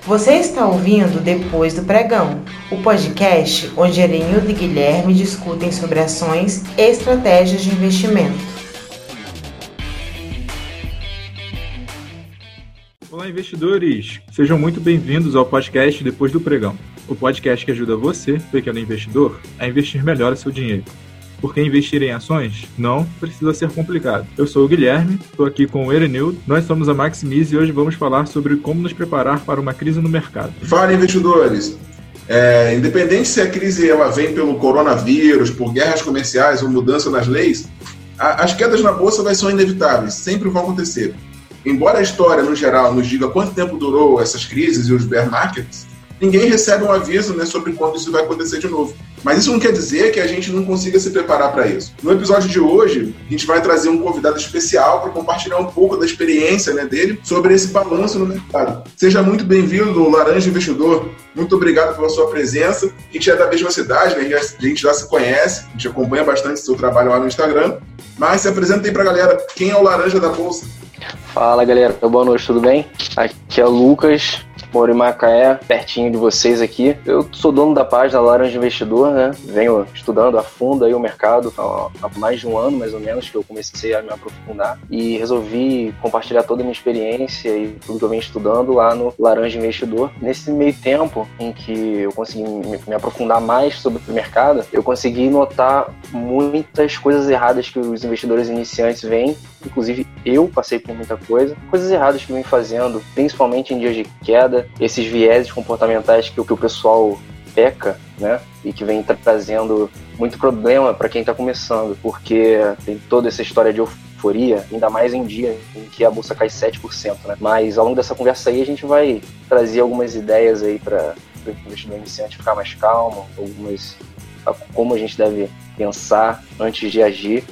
Você está ouvindo Depois do Pregão, o podcast onde Erenildo e Guilherme discutem sobre ações e estratégias de investimento. Olá, investidores! Sejam muito bem-vindos ao podcast Depois do Pregão, o podcast que ajuda você, pequeno investidor, a investir melhor o seu dinheiro. Porque investir em ações não precisa ser complicado. Eu sou o Guilherme, estou aqui com o Erenildo, nós somos a Maximize e hoje vamos falar sobre como nos preparar para uma crise no mercado. Fala, investidores! Independente se a crise ela vem pelo coronavírus, por guerras comerciais ou mudança nas leis, as quedas na bolsa são inevitáveis, sempre vão acontecer. Embora a história, no geral, nos diga quanto tempo durou essas crises e os bear markets, ninguém recebe um aviso, sobre quando isso vai acontecer de novo. Mas isso não quer dizer que a gente não consiga se preparar para isso. No episódio de hoje, a gente vai trazer um convidado especial para compartilhar um pouco da experiência dele sobre esse balanço no mercado. Seja muito bem-vindo, Laranja Investidor. Muito obrigado pela sua presença. A gente é da mesma cidade, a gente já se conhece, a gente acompanha bastante o seu trabalho lá no Instagram. Mas se apresenta aí para a galera, quem é o Laranja da Bolsa? Fala, galera, boa noite, tudo bem? Aqui é o Lucas, moro em Macaé, pertinho de vocês aqui. Eu sou dono da página Laranja Investidor, Venho estudando a fundo aí o mercado há mais de um ano, mais ou menos, que eu comecei a me aprofundar e resolvi compartilhar toda a minha experiência e tudo que eu venho estudando lá no Laranja Investidor. Nesse meio tempo em que eu consegui me aprofundar mais sobre o mercado, eu consegui notar muitas coisas erradas que os investidores iniciantes veem. Inclusive, eu passei por muita coisas erradas que eu vim fazendo, principalmente em dias de queda, esses vieses comportamentais que o pessoal peca, e que vem trazendo muito problema para quem está começando, porque tem toda essa história de euforia, ainda mais em dia em que a bolsa cai 7%, Mas ao longo dessa conversa aí a gente vai trazer algumas ideias aí para o investidor iniciante ficar mais calmo, como a gente deve pensar antes de agir.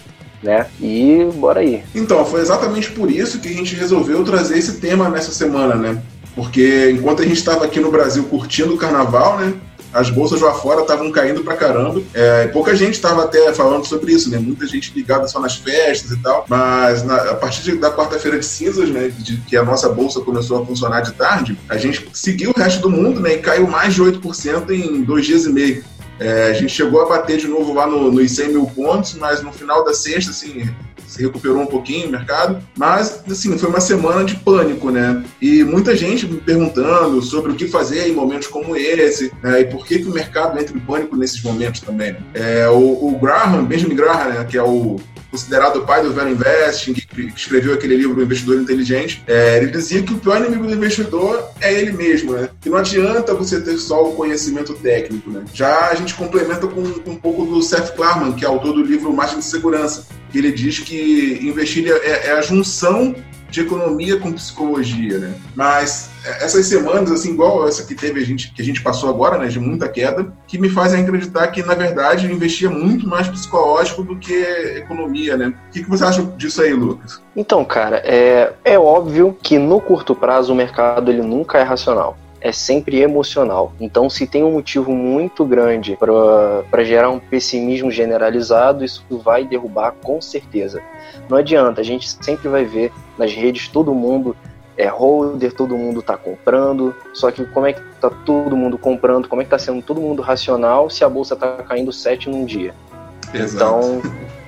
E bora aí. Então, foi exatamente por isso que a gente resolveu trazer esse tema nessa semana, Porque enquanto a gente estava aqui no Brasil curtindo o carnaval, as bolsas lá fora estavam caindo pra caramba. Pouca gente estava até falando sobre isso, Muita gente ligada só nas festas e tal. Mas a partir da quarta-feira de cinzas, de que a nossa bolsa começou a funcionar de tarde, a gente seguiu o resto do mundo, e caiu mais de 8% em 2 dias e meio. A gente chegou a bater de novo lá nos 100 mil pontos, mas no final da sexta, se recuperou um pouquinho o mercado. Mas, foi uma semana de pânico, E muita gente me perguntando sobre o que fazer em momentos como esse, e por que o mercado entra em pânico nesses momentos também. O Benjamin Graham, que é o considerado o pai do Value Investing, que escreveu aquele livro, O Investidor Inteligente, ele dizia que o pior inimigo do investidor é ele mesmo, Que não adianta você ter só o conhecimento técnico, Já a gente complementa com um pouco do Seth Klarman, que é autor do livro Margem de Segurança, que ele diz que investir é a junção de economia com psicologia, Mas essas semanas, igual essa que a gente passou agora, de muita queda, que me fazem acreditar que, na verdade, investir é muito mais psicológico do que economia, O que você acha disso aí, Lucas? Então, cara, é óbvio que no curto prazo o mercado ele nunca é racional. É sempre emocional. Então, se tem um motivo muito grande para gerar um pessimismo generalizado, isso vai derrubar com certeza. Não adianta, a gente sempre vai ver nas redes todo mundo holder, todo mundo está comprando, só que como é que está todo mundo comprando, como é que está sendo todo mundo racional se a bolsa está caindo 7 num dia? Exato.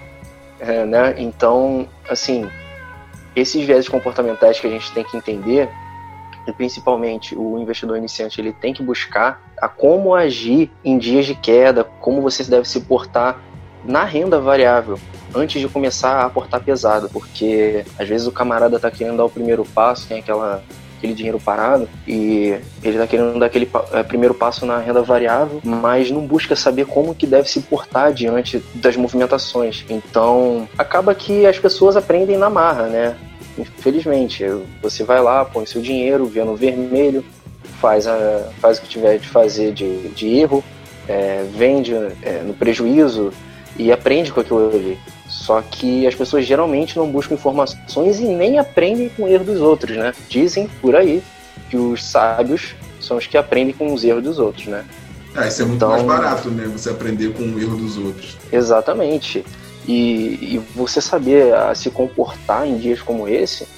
Então, assim, esses viés comportamentais que a gente tem que entender, e principalmente o investidor iniciante, ele tem que buscar a como agir em dias de queda, como você deve se portar na renda variável antes de começar a aportar pesado, porque às vezes o camarada está querendo dar o primeiro passo, tem aquele dinheiro parado e ele está querendo dar aquele primeiro passo na renda variável, mas não busca saber como que deve se portar diante das movimentações. Então acaba que as pessoas aprendem na marra, Infelizmente, você vai lá, põe seu dinheiro, vê no vermelho, faz o que tiver de fazer de erro, vende no prejuízo e aprende com aquilo ali. Só que as pessoas geralmente não buscam informações e nem aprendem com o erro dos outros, Dizem por aí que os sábios são os que aprendem com os erros dos outros, Isso é muito mais barato, você aprender com o erro dos outros. Exatamente. E você saber se comportar em dias como esse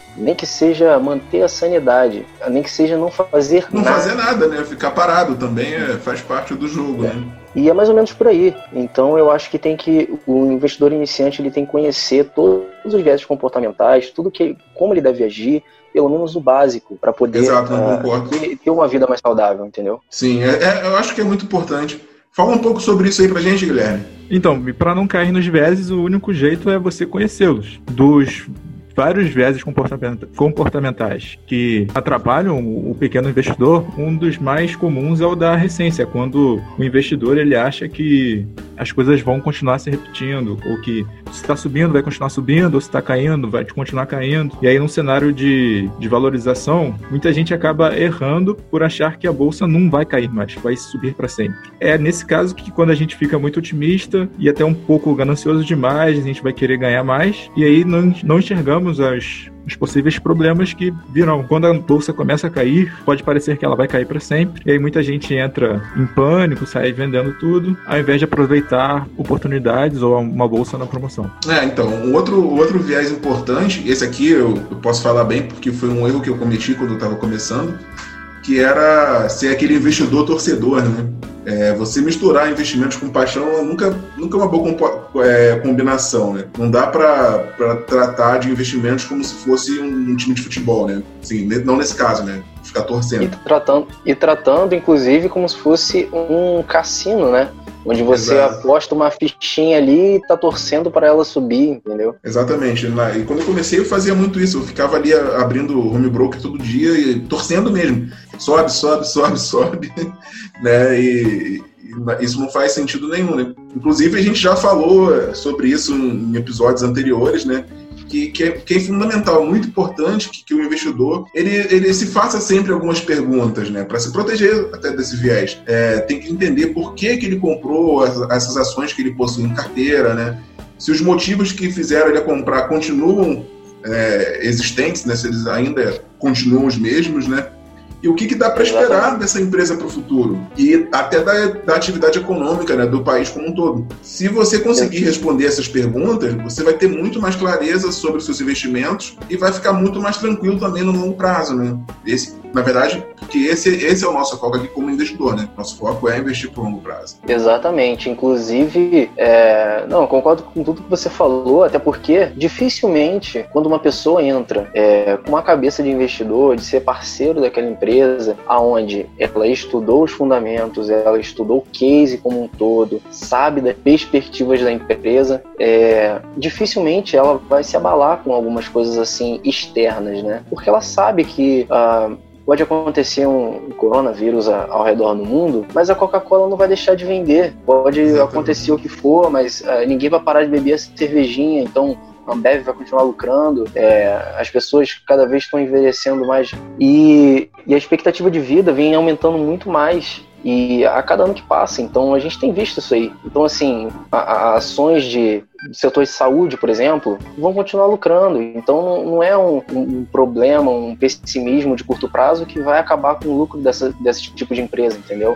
Nem que seja manter a sanidade, nem que seja não fazer nada. Não fazer nada, né? Ficar parado também faz parte do jogo, né? E é mais ou menos por aí. Então eu acho que o investidor iniciante ele tem que conhecer todos os viés comportamentais, como ele deve agir, pelo menos o básico, para poder ter uma vida mais saudável, entendeu? Sim, eu acho que é muito importante. Fala um pouco sobre isso aí pra gente, Guilherme. Então, para não cair nos vieses, o único jeito é você conhecê-los. Dos vários vieses comportamentais que atrapalham o pequeno investidor, um dos mais comuns é o da recência, quando o investidor ele acha que as coisas vão continuar se repetindo, ou que se está subindo vai continuar subindo, ou se está caindo vai continuar caindo. E aí num cenário de valorização, muita gente acaba errando por achar que a bolsa não vai cair mais, vai subir para sempre. É nesse caso que quando a gente fica muito otimista e até um pouco ganancioso demais, a gente vai querer ganhar mais, e aí não enxergamos os possíveis problemas que virão. Quando a bolsa começa a cair, pode parecer que ela vai cair para sempre, e aí muita gente entra em pânico, sai vendendo tudo, ao invés de aproveitar oportunidades ou uma bolsa na promoção. Então, um outro viés importante, esse aqui eu posso falar bem porque foi um erro que eu cometi quando eu estava começando, que era ser aquele investidor torcedor, né? Você misturar investimentos com paixão nunca é uma boa combinação, né? Não dá para tratar de investimentos como se fosse um time de futebol, né? Assim, não nesse caso, né? Ficar torcendo. E tratando, inclusive, como se fosse um cassino, né? Onde você aposta uma fichinha ali e tá torcendo para ela subir, entendeu? Exatamente. E quando eu comecei, eu fazia muito isso. Eu ficava ali abrindo home broker todo dia e torcendo mesmo. Sobe, né? E isso não faz sentido nenhum, né? Inclusive, a gente já falou sobre isso em episódios anteriores, né? Que é fundamental, muito importante que o investidor ele se faça sempre algumas perguntas, né, para se proteger até desse viés. Tem que entender por que ele comprou essas ações que ele possui em carteira, né? Se os motivos que fizeram ele comprar continuam existentes, né, se eles ainda continuam os mesmos, né? E o que dá para esperar dessa empresa para o futuro? E até da atividade econômica, né, do país como um todo. Se você conseguir responder essas perguntas, você vai ter muito mais clareza sobre os seus investimentos e vai ficar muito mais tranquilo também no longo prazo, né? Na verdade, porque esse é o nosso foco aqui como investidor, né? Nosso foco é investir por longo prazo. Exatamente. Inclusive, eu concordo com tudo que você falou, até porque dificilmente, quando uma pessoa entra com uma cabeça de investidor, de ser parceiro daquela empresa, aonde ela estudou os fundamentos, ela estudou o case como um todo, sabe das perspectivas da empresa, dificilmente ela vai se abalar com algumas coisas assim externas, né? Porque ela sabe que pode acontecer um coronavírus ao redor do mundo, mas a Coca-Cola não vai deixar de vender. Pode acontecer o que for, mas ninguém vai parar de beber a cervejinha, então a Ambev vai continuar lucrando. As pessoas cada vez estão envelhecendo mais e a expectativa de vida vem aumentando muito mais e a cada ano que passa. Então a gente tem visto isso aí. Então assim, ações do setor de saúde, por exemplo, vão continuar lucrando. Então não é um problema, um pessimismo de curto prazo que vai acabar com o lucro desse tipo de empresa, entendeu?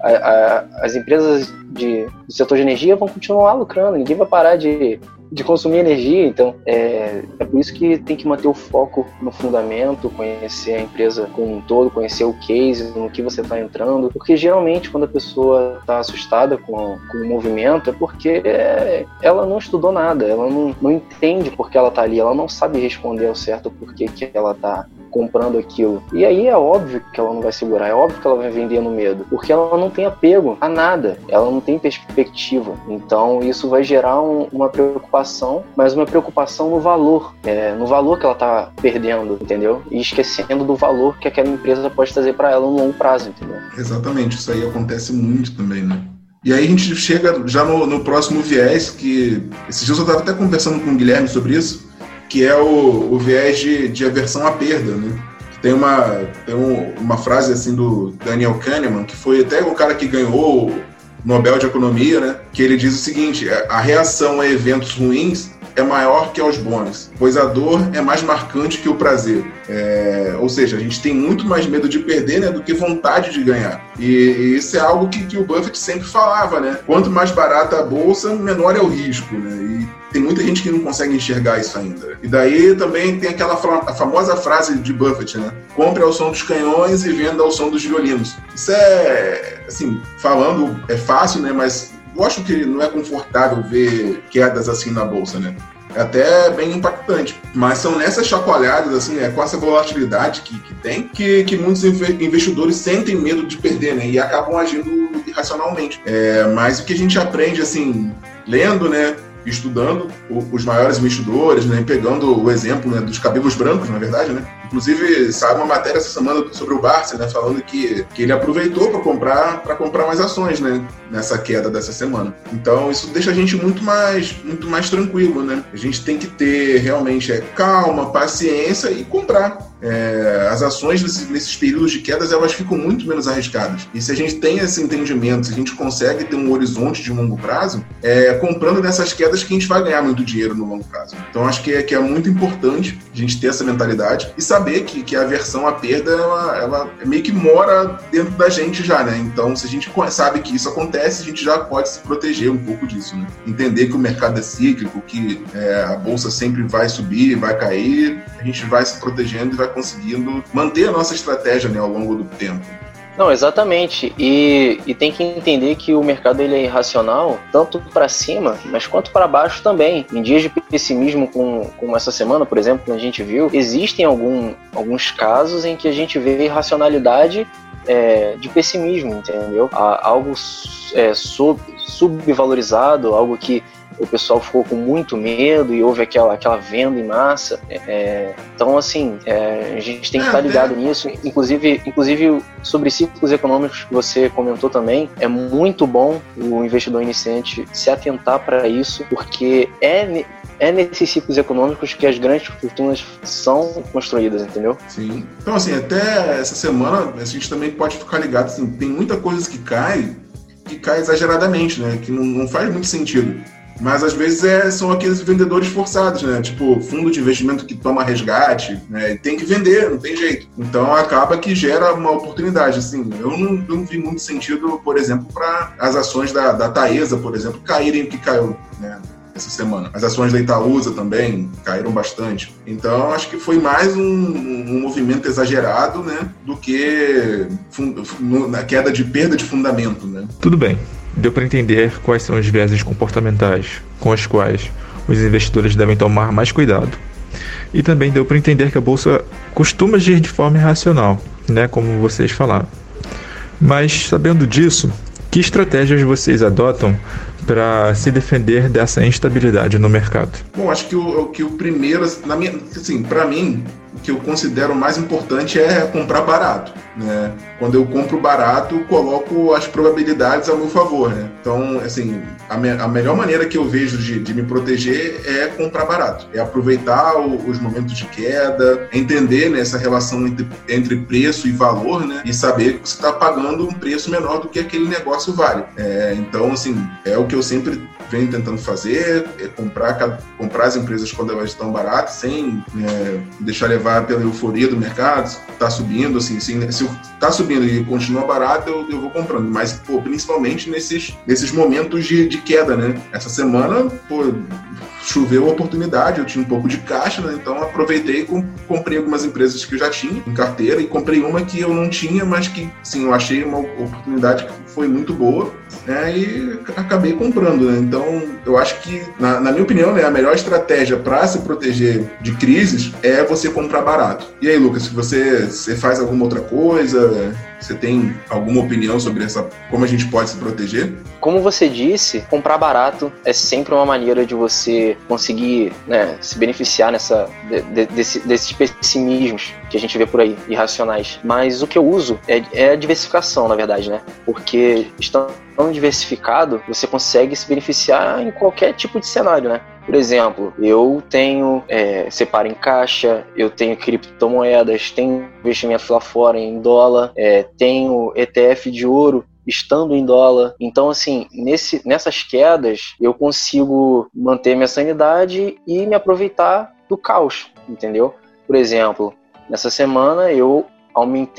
As empresas do setor de energia vão continuar lucrando, ninguém vai parar de consumir energia. Então é por isso que tem que manter o foco no fundamento, conhecer a empresa como um todo, conhecer o case, no que você está entrando, porque geralmente quando a pessoa está assustada com o movimento é porque ela não estudou nada, ela não entende por que ela está ali, ela não sabe responder ao certo por que ela está comprando aquilo. E aí é óbvio que ela não vai segurar, é óbvio que ela vai vender no medo, porque ela não tem apego a nada, ela não tem perspectiva. Então isso vai gerar uma preocupação, mas uma preocupação no valor que ela está perdendo, entendeu? E esquecendo do valor que aquela empresa pode trazer para ela no longo prazo, entendeu? Exatamente, isso aí acontece muito também, né? E aí a gente chega já no próximo viés, que esses dias eu estava até conversando com o Guilherme sobre isso, que é o viés de aversão à perda, né? Tem uma frase assim do Daniel Kahneman, que foi até o cara que ganhou o Nobel de Economia, né? Que ele diz o seguinte: a reação a eventos ruins é maior que aos bons, pois a dor é mais marcante que o prazer. Ou seja, a gente tem muito mais medo de perder, né, do que vontade de ganhar. E isso é algo que o Buffett sempre falava, né? Quanto mais barata a bolsa, menor é o risco, né? E tem muita gente que não consegue enxergar isso ainda. E daí também tem a famosa frase de Buffett, né? Compre ao som dos canhões e venda ao som dos violinos. Isso é, assim, falando é fácil, né? Mas eu acho que não é confortável ver quedas assim na bolsa, né? É até bem impactante. Mas são nessas chacoalhadas, assim, com essa volatilidade que tem, que muitos investidores sentem medo de perder, né? E acabam agindo irracionalmente. Mas o que a gente aprende, assim, lendo, né? Estudando os maiores investidores, né? Pegando o exemplo, né, dos cabelos brancos, na verdade, né? Inclusive, saiu uma matéria essa semana sobre o Barça, né? Falando que ele aproveitou para comprar mais ações, né? Nessa queda dessa semana. Então, isso deixa a gente muito mais tranquilo, né? A gente tem que ter realmente calma, paciência e comprar. As ações nesses períodos de quedas, elas ficam muito menos arriscadas. E se a gente tem esse entendimento, se a gente consegue ter um horizonte de longo prazo, comprando nessas quedas que a gente vai ganhar muito dinheiro no longo prazo. Então, acho que é muito importante a gente ter essa mentalidade e saber que a aversão à perda, ela meio que mora dentro da gente já, né? Então, se a gente sabe que isso acontece, a gente já pode se proteger um pouco disso, né? Entender que o mercado é cíclico, que a bolsa sempre vai subir, vai cair, a gente vai se protegendo e vai conseguindo manter a nossa estratégia, né, ao longo do tempo. Não, exatamente. E tem que entender que o mercado ele é irracional, tanto para cima, mas quanto para baixo também. Em dias de pessimismo, como essa semana, por exemplo, que a gente viu, existem alguns casos em que a gente vê irracionalidade de pessimismo, entendeu? Algo subvalorizado, algo que o pessoal ficou com muito medo e houve aquela venda em massa. Então, assim, a gente tem que estar ligado nisso. Inclusive, sobre ciclos econômicos que você comentou também, é muito bom o investidor iniciante se atentar para isso, porque é nesses ciclos econômicos que as grandes fortunas são construídas, entendeu? Sim. Então, assim, até essa semana a gente também pode ficar ligado, assim, tem muita coisa que cai exageradamente, né? Que não faz muito sentido. Mas às vezes são aqueles vendedores forçados, né? Tipo, fundo de investimento que toma resgate, né? E tem que vender, não tem jeito. Então acaba que gera uma oportunidade. Assim, eu não vi muito sentido, por exemplo, para as ações da Taesa, por exemplo, caírem o que caiu, né, essa semana. As ações da Itaúsa também caíram bastante. Então acho que foi mais um movimento exagerado, né? Do que na queda de perda de fundamento, né? Tudo bem. Deu para entender quais são os vieses comportamentais com os quais os investidores devem tomar mais cuidado. E também deu para entender que a bolsa costuma agir de forma irracional, né, como vocês falaram. Mas, sabendo disso, que estratégias vocês adotam para se defender dessa instabilidade no mercado? Bom, acho que o primeiro, para mim, o que eu considero mais importante é comprar barato, né? Quando eu compro barato, eu coloco as probabilidades a meu favor, né? Então, assim, a melhor maneira que eu vejo de me proteger é comprar barato, é aproveitar os momentos de queda, entender, né, essa relação entre preço e valor, né? E saber que você está pagando um preço menor do que aquele negócio vale. Então, assim, é o que eu sempre venho tentando fazer, é comprar as empresas quando elas estão baratas, sem deixar levar pela euforia do mercado. Está subindo, assim, se está subindo e continua barato, eu vou comprando. Mas, principalmente nesses momentos de queda, né? Essa semana, choveu a oportunidade, eu tinha um pouco de caixa, né? Então aproveitei e comprei algumas empresas que eu já tinha em carteira e comprei uma que eu não tinha, mas que, sim, eu achei uma oportunidade que foi muito boa, né? E acabei comprando, né? Então, eu acho que, na minha opinião, né, a melhor estratégia para se proteger de crises é você comprar barato. E aí, Lucas, você faz alguma outra coisa? Você tem alguma opinião sobre como a gente pode se proteger? Como você disse, comprar barato é sempre uma maneira de você conseguir, né, se beneficiar desses pessimismos que a gente vê por aí, irracionais. Mas o que eu uso é a diversificação, na verdade, né? Porque estando diversificado, você consegue se beneficiar em qualquer tipo de cenário, né? Por exemplo, eu tenho separo em caixa, eu tenho criptomoedas, tenho investimento lá fora em dólar, tenho ETF de ouro estando em dólar. Então, assim, nessas quedas, eu consigo manter minha sanidade e me aproveitar do caos, entendeu? Por exemplo, nessa semana eu aumentei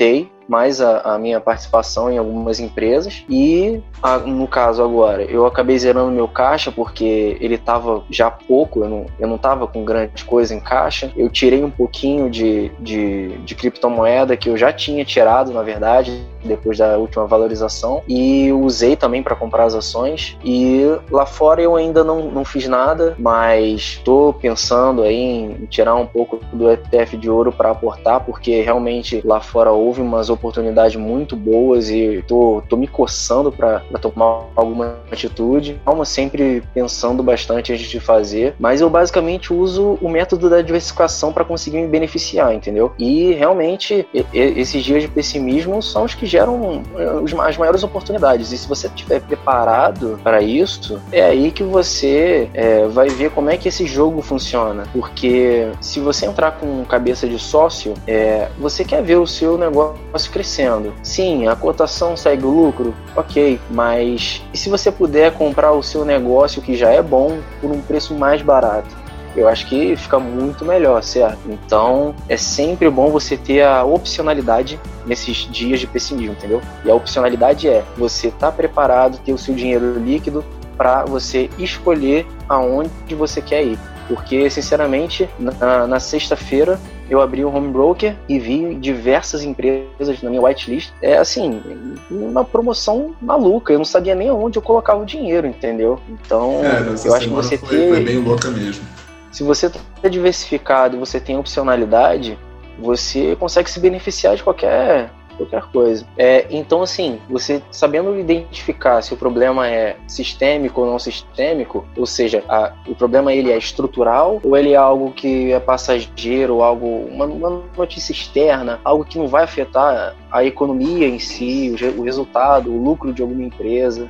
mais a minha participação em algumas empresas e, no caso agora, eu acabei zerando meu caixa porque ele estava já pouco, eu não estava com grande coisa em caixa. Eu tirei um pouquinho de criptomoeda que eu já tinha tirado, na verdade, depois da última valorização, e usei também para comprar as ações. E lá fora eu ainda não fiz nada, mas estou pensando aí em tirar um pouco do ETF de ouro para aportar, porque realmente lá fora houve umas oportunidades muito boas e tô me coçando para tomar alguma atitude. Calma, sempre pensando bastante antes de fazer, mas eu basicamente uso o método da diversificação para conseguir me beneficiar, entendeu? E realmente esses dias de pessimismo são os que geram as maiores oportunidades, e se você estiver preparado para isso, é aí que você vai ver como é que esse jogo funciona, porque se você entrar com cabeça de sócio, você quer ver o seu negócio crescendo. Sim, a cotação segue o lucro, ok, mas e se você puder comprar o seu negócio que já é bom por um preço mais barato? Eu acho que fica muito melhor, certo? Então, é sempre bom você ter a opcionalidade nesses dias de pessimismo, entendeu? E a opcionalidade é você estar preparado, ter o seu dinheiro líquido para você escolher aonde você quer ir. Porque, sinceramente, na sexta-feira eu abri um home broker e vi diversas empresas na minha whitelist. Assim, uma promoção maluca. Eu não sabia nem aonde eu colocava o dinheiro, entendeu? Então, eu acho que você foi bem louca mesmo. Se você está diversificado e você tem opcionalidade, você consegue se beneficiar de qualquer coisa. Então, assim, você sabendo identificar se o problema é sistêmico ou não sistêmico, ou seja, o problema ele é estrutural ou ele é algo que é passageiro, uma notícia externa, algo que não vai afetar a economia em si, o resultado, o lucro de alguma empresa.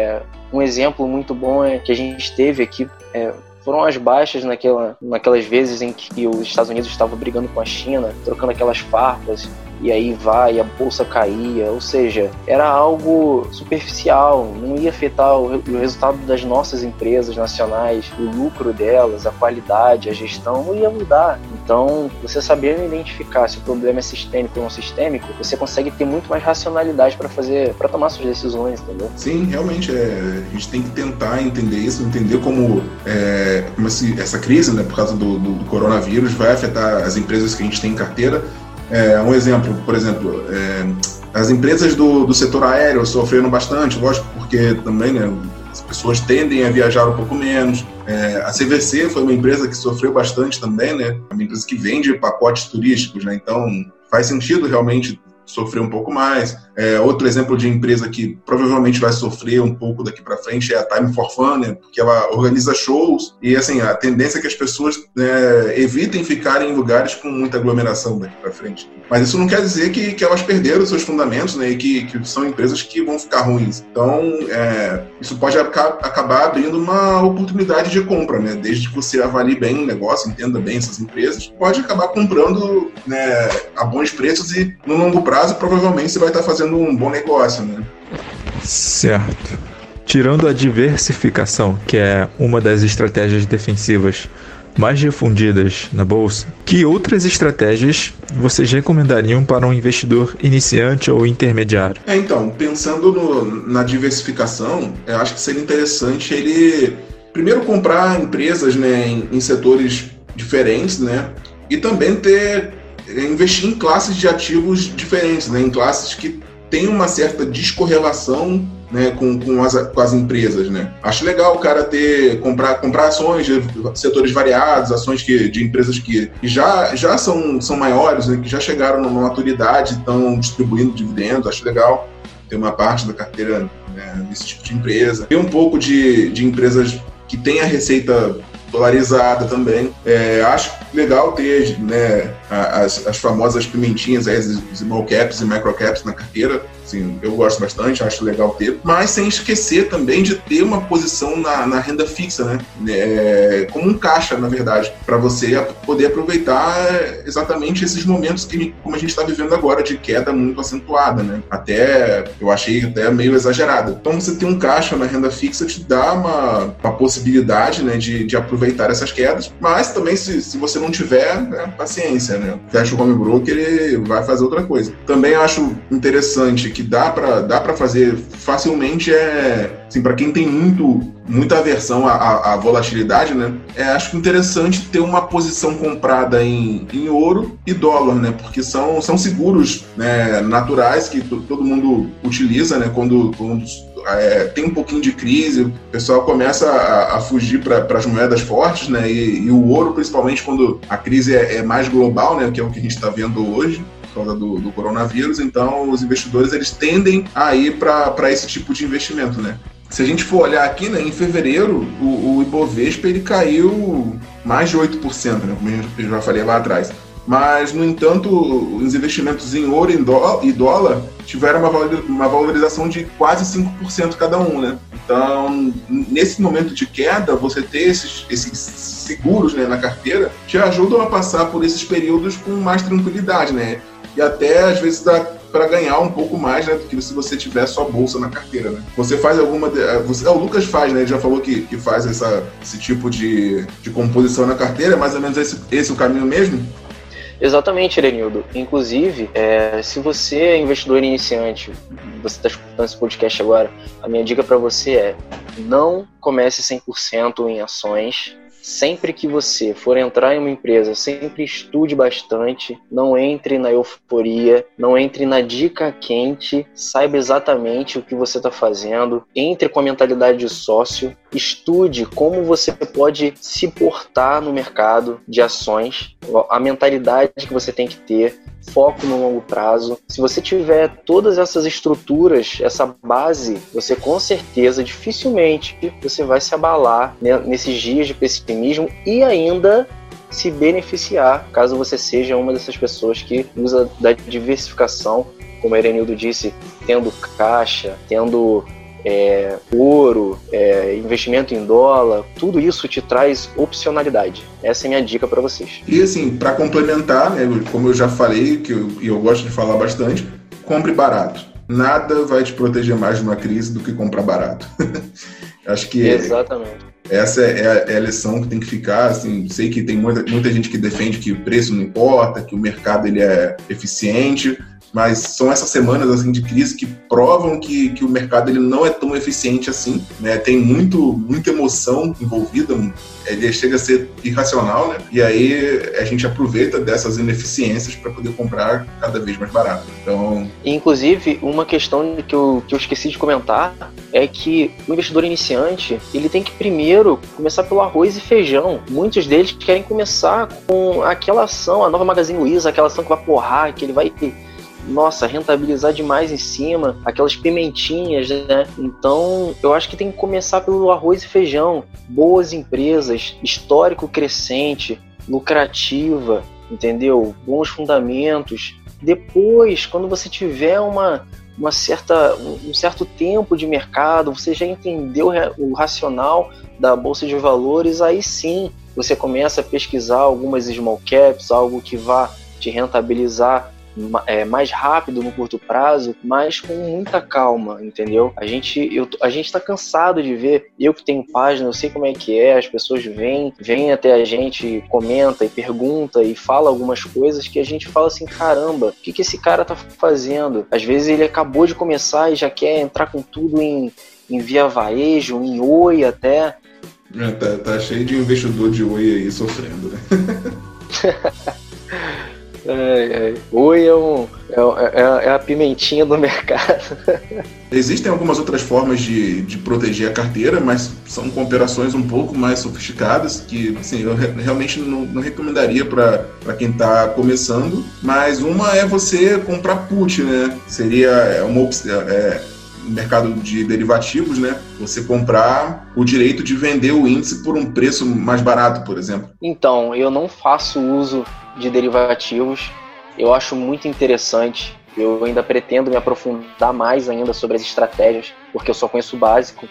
Um exemplo muito bom que a gente teve aqui foram as baixas naquelas vezes em que os Estados Unidos estavam brigando com a China, trocando aquelas farpas, e aí a bolsa caía, ou seja, era algo superficial, não ia afetar o resultado das nossas empresas nacionais, o lucro delas, a qualidade, a gestão, não ia mudar. Então, você sabendo identificar se o problema é sistêmico ou não sistêmico, você consegue ter muito mais racionalidade para tomar suas decisões, entendeu? Sim, realmente, a gente tem que tentar entender isso, entender como essa crise, né, por causa do coronavírus, vai afetar as empresas que a gente tem em carteira. Um exemplo, por exemplo, as empresas do setor aéreo sofreram bastante, lógico, porque também, né, as pessoas tendem a viajar um pouco menos. A CVC foi uma empresa que sofreu bastante também, né, uma empresa que vende pacotes turísticos, né, então faz sentido realmente sofrer um pouco mais. Outro exemplo de empresa que provavelmente vai sofrer um pouco daqui para frente é a Time for Fun, né, porque ela organiza shows e assim, a tendência é que as pessoas evitem ficar em lugares com muita aglomeração daqui para frente. Mas isso não quer dizer que elas perderam seus fundamentos, né, e que são empresas que vão ficar ruins. Então, isso pode acabar abrindo uma oportunidade de compra, né, desde que você avalie bem o negócio, entenda bem essas empresas, pode acabar comprando, né, a bons preços e no longo prazo provavelmente você vai estar fazendo um bom negócio, né? Certo. Tirando a diversificação, que é uma das estratégias defensivas mais difundidas na bolsa, que outras estratégias vocês recomendariam para um investidor iniciante ou intermediário? Então, pensando na diversificação, eu acho que seria interessante ele primeiro comprar empresas, né, em setores diferentes, né, e também investir em classes de ativos diferentes, né, em classes que têm uma certa descorrelação, né, com as empresas, né. Acho legal o cara comprar ações de setores variados, ações de empresas que já são maiores, né, que já chegaram numa maturidade, estão distribuindo dividendos. Acho legal ter uma parte da carteira, né, desse tipo de empresa. Ter um pouco de empresas que têm a receita dolarizada também. Acho legal ter, né, as famosas pimentinhas, as small caps e micro caps na carteira. Assim, eu gosto bastante, acho legal ter, mas sem esquecer também de ter uma posição na renda fixa, né? Como um caixa, na verdade, para você poder aproveitar exatamente esses momentos como a gente está vivendo agora, de queda muito acentuada, né? Eu achei até meio exagerada. Então, você ter um caixa na renda fixa te dá uma possibilidade, né, de aproveitar essas quedas, mas também se você não tiver, paciência, né? Fecha o home broker, ele vai fazer outra coisa. Também acho interessante que dá para fazer facilmente, assim, para quem tem muita aversão à volatilidade, né? Acho interessante ter uma posição comprada em ouro e dólar, né? Porque são seguros, né, naturais que todo mundo utiliza, né? Quando tem um pouquinho de crise, o pessoal começa a fugir para as moedas fortes, né? E o ouro, principalmente quando a crise é mais global, né? Que é o que a gente está vendo hoje, por causa do coronavírus. Então, os investidores eles tendem a ir para esse tipo de investimento, né? Se a gente for olhar aqui, né, em fevereiro, o Ibovespa ele caiu mais de 8%, né? Como eu já falei lá atrás. Mas, no entanto, os investimentos em ouro e dólar tiveram uma valorização de quase 5% cada um, né? Então, nesse momento de queda, você ter esses seguros, né, na carteira te ajudam a passar por esses períodos com mais tranquilidade, né? E até, às vezes, dá para ganhar um pouco mais, né, do que se você tiver só bolsa na carteira, né? Você faz alguma... o Lucas faz, né? Ele já falou que faz esse tipo de composição na carteira. É mais ou menos esse o caminho mesmo? Exatamente, Erenildo. Inclusive, se você é investidor iniciante, você está escutando esse podcast agora, a minha dica para você é: não comece 100% em ações. Sempre que você for entrar em uma empresa, sempre estude bastante, não entre na euforia, não entre na dica quente, saiba exatamente o que você está fazendo, entre com a mentalidade de sócio, estude como você pode se portar no mercado de ações, a mentalidade que você tem que ter, foco no longo prazo. Se você tiver todas essas estruturas, essa base, você com certeza, dificilmente, você vai se abalar, né, nesses dias de pessimismo e ainda se beneficiar, caso você seja uma dessas pessoas que usa da diversificação, como a Erenildo disse, tendo caixa, tendo ouro, investimento em dólar, tudo isso te traz opcionalidade. Essa é a minha dica para vocês. E assim, para complementar, né, como eu já falei, e eu gosto de falar bastante, compre barato. Nada vai te proteger mais de uma crise do que comprar barato. Acho que exatamente. Essa é a lição que tem que ficar. Assim, sei que tem muita gente que defende que o preço não importa, que o mercado ele é eficiente, mas são essas semanas assim, de crise que provam que o mercado ele não é tão eficiente assim, né? Tem muita emoção envolvida, ele chega a ser irracional, né? E aí a gente aproveita dessas ineficiências para poder comprar cada vez mais barato. Então, inclusive, uma questão que eu esqueci de comentar é que o investidor iniciante ele tem que primeiro começar pelo arroz e feijão. Muitos deles querem começar com aquela ação, a nova Magazine Luiza, aquela ação que vai porrar, que ele vai rentabilizar demais em cima, aquelas pimentinhas, né? Então, eu acho que tem que começar pelo arroz e feijão, boas empresas, histórico crescente, lucrativa, entendeu? Bons fundamentos. Depois, quando você tiver um certo tempo de mercado, você já entendeu o racional da Bolsa de Valores, aí sim, você começa a pesquisar algumas small caps, algo que vá te rentabilizar mais rápido no curto prazo, mas com muita calma, entendeu? A gente tá cansado de ver, eu que tenho página, eu sei como é que é, as pessoas vêm até a gente, comenta e pergunta e fala algumas coisas que a gente fala assim, caramba, o que esse cara tá fazendo? Às vezes ele acabou de começar e já quer entrar com tudo em via varejo, em Oi até. Tá cheio de investidor de Oi aí sofrendo, né? Oi é a pimentinha do mercado. Existem algumas outras formas de proteger a carteira, mas são com operações um pouco mais sofisticadas, que assim, eu realmente não recomendaria para quem está começando, mas uma é você comprar put, né? Seria uma opção... no mercado de derivativos, né? Você comprar o direito de vender o índice por um preço mais barato, por exemplo. Então, eu não faço uso de derivativos. Eu acho muito interessante. Eu ainda pretendo me aprofundar mais ainda sobre as estratégias porque eu só conheço o básico,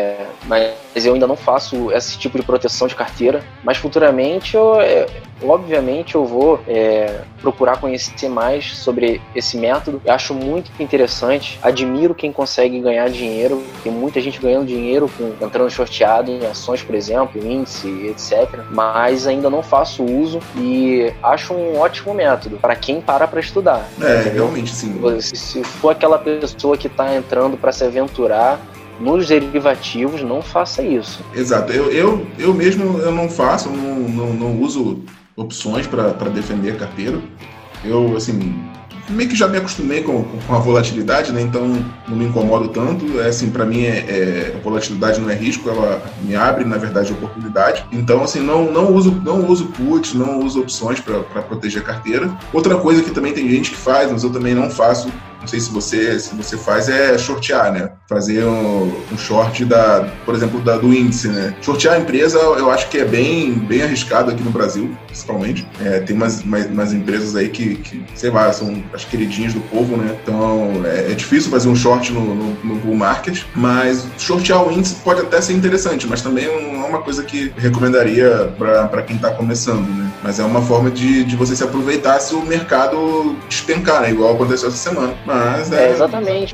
mas eu ainda não faço esse tipo de proteção de carteira, mas futuramente obviamente eu vou procurar conhecer mais sobre esse método. Eu acho muito interessante, admiro quem consegue ganhar dinheiro, tem muita gente ganhando dinheiro entrando shorteado em ações, por exemplo, índice, etc, mas ainda não faço uso e acho um ótimo método para quem para estudar. Realmente sim. Se for aquela pessoa que está entrando para se aventurar nos derivativos, não faça isso. Exato. Eu mesmo não faço, não uso opções para defender carteira. Eu, assim, meio que já me acostumei com a volatilidade, né? Então não me incomodo tanto. Assim, para mim a volatilidade não é risco, ela me abre, na verdade, oportunidade. Então, assim, não uso puts, não uso opções para proteger a carteira. Outra coisa que também tem gente que faz, mas eu também não faço, não sei se você faz, é shortear, né? Fazer um short por exemplo, do índice, né? Shortear a empresa, eu acho que é bem arriscado aqui no Brasil, principalmente. Tem umas empresas aí que, sei lá, são as queridinhas do povo, né? Então, é difícil fazer um short no bull market, mas shortear o índice pode até ser interessante, mas também não é uma coisa que recomendaria para quem está começando, né? Mas é uma forma de você se aproveitar se o mercado despencar, né? Igual aconteceu essa semana. Mas exatamente.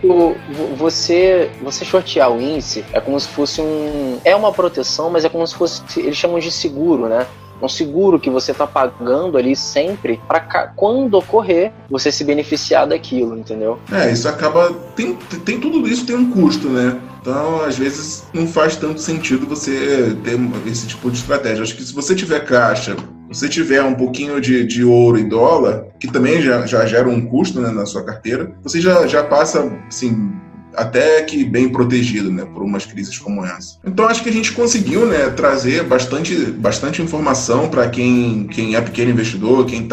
Você shortear o índice é como se fosse é uma proteção, mas é como se fosse, eles chamam de seguro, né? Um seguro que você está pagando ali sempre para quando ocorrer você se beneficiar daquilo, entendeu? Isso acaba... Tem tudo isso, tem um custo, né? Então, às vezes, não faz tanto sentido você ter esse tipo de estratégia. Acho que se você tiver caixa, se você tiver um pouquinho de ouro e dólar, que também já gera um custo, né, na sua carteira, você já passa, assim, até que bem protegido, né, por umas crises como essa. Então acho que a gente conseguiu, né, trazer bastante informação para quem é pequeno investidor, quem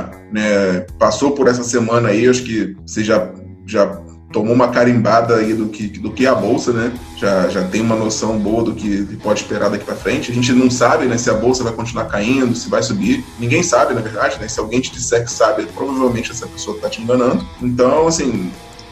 passou por essa semana aí. Acho que você já tomou uma carimbada aí do que é a bolsa, né? Já tem uma noção boa do que pode esperar daqui para frente. A gente não sabe, né, se a bolsa vai continuar caindo, se vai subir. Ninguém sabe, na verdade, né? Se alguém te disser que sabe, provavelmente essa pessoa está te enganando. Então, assim,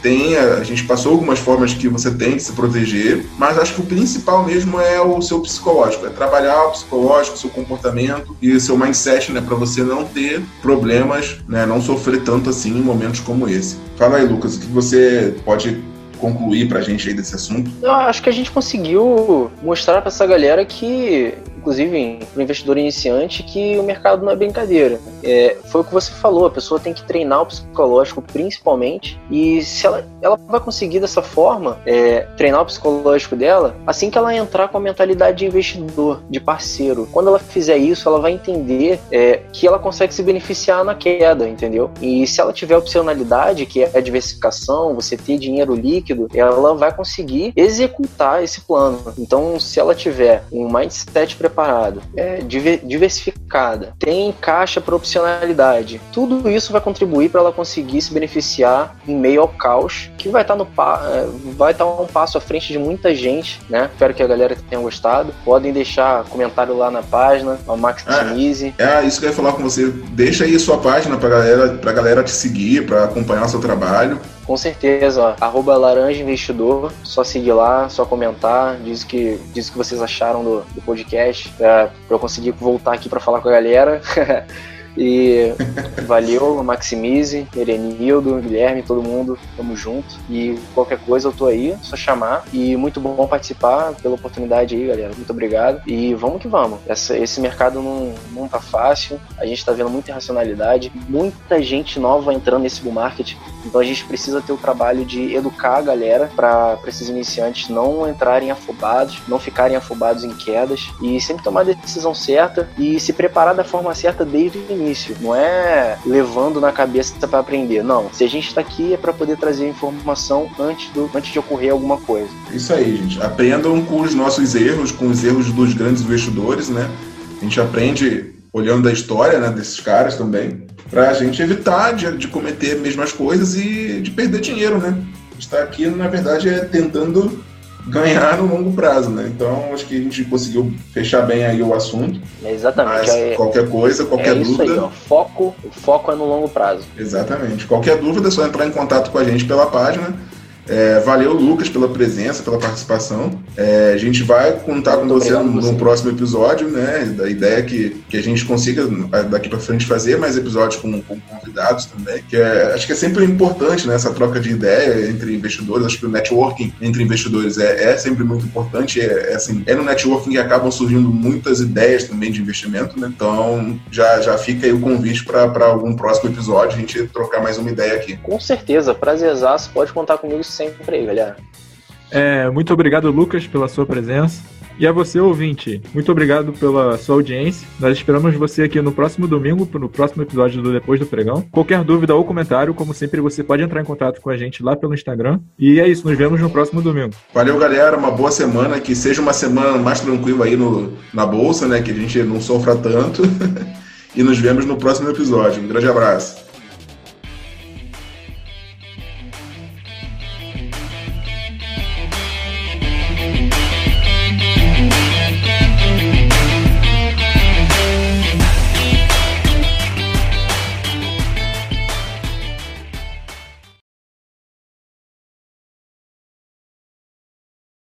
a gente passou algumas formas que você tem de se proteger, mas acho que o principal mesmo é o seu psicológico, é trabalhar o psicológico, o seu comportamento e o seu mindset, né, para você não ter problemas, né, não sofrer tanto assim em momentos como esse. Fala aí, Lucas, o que você pode concluir pra gente aí desse assunto? Eu acho que a gente conseguiu mostrar pra essa galera que, inclusive pro investidor iniciante, que o mercado não é brincadeira. Foi o que você falou, a pessoa tem que treinar o psicológico principalmente, e se ela vai conseguir dessa forma treinar o psicológico dela assim que ela entrar com a mentalidade de investidor, de parceiro. Quando ela fizer isso, ela vai entender que ela consegue se beneficiar na queda, entendeu? E se ela tiver opcionalidade, que é a diversificação, você ter dinheiro líquido, ela vai conseguir executar esse plano. Então, se ela tiver um mindset preparado, diversificada, tem caixa para opcionalidade, tudo isso vai contribuir para ela conseguir se beneficiar em meio ao caos, que vai estar um passo à frente de muita gente, né? Espero que a galera tenha gostado. Podem deixar comentário lá na página, ao Maximize. Isso que eu ia falar com você. Deixa aí a sua página pra galera te seguir, para acompanhar o seu trabalho. Com certeza, ó, @laranja investidor, só seguir lá, só comentar, diz o que vocês acharam do podcast, pra eu conseguir voltar aqui pra falar com a galera. E valeu, Maximize, Erenildo, Guilherme, todo mundo, tamo junto. E qualquer coisa eu tô aí, só chamar. E muito bom participar, pela oportunidade aí, galera. Muito obrigado. E vamos que vamos. Esse mercado não tá fácil, a gente tá vendo muita irracionalidade, muita gente nova entrando nesse bull market. Então a gente precisa ter o trabalho de educar a galera para esses iniciantes não entrarem afobados, não ficarem afobados em quedas, e sempre tomar a decisão certa e se preparar da forma certa desde o início. Não é levando na cabeça para aprender, não. Se a gente está aqui é para poder trazer informação antes de ocorrer alguma coisa. Isso aí, gente. Aprendam com os nossos erros, com os erros dos grandes investidores, né? A gente aprende olhando a história, né, desses caras também, para a gente evitar de cometer as mesmas coisas e de perder dinheiro, né? A gente está aqui, na verdade, tentando ganhar no longo prazo, né? Então, acho que a gente conseguiu fechar bem aí o assunto. Exatamente. Mas qualquer coisa, qualquer dúvida... Aí, ó. O foco é no longo prazo. Exatamente. Qualquer dúvida é só entrar em contato com a gente pela página Valeu, Lucas, pela presença, pela participação. A gente vai contar com você no próximo episódio, né? A ideia é que a gente consiga daqui para frente fazer mais episódios com convidados também, acho que é sempre importante, né, essa troca de ideia entre investidores. Acho que o networking entre investidores é sempre muito importante. É no networking que acabam surgindo muitas ideias também de investimento, né? Então já fica aí o convite para algum próximo episódio a gente trocar mais uma ideia aqui. Com certeza, prazerzaço, pode contar comigo sempre aí, galera. Muito obrigado, Lucas, pela sua presença. E a você, ouvinte, muito obrigado pela sua audiência. Nós esperamos você aqui no próximo domingo, no próximo episódio do Depois do Pregão. Qualquer dúvida ou comentário, como sempre, você pode entrar em contato com a gente lá pelo Instagram. E é isso, nos vemos no próximo domingo. Valeu, galera, uma boa semana, que seja uma semana mais tranquila aí na bolsa, né, que a gente não sofra tanto. E nos vemos no próximo episódio. Um grande abraço.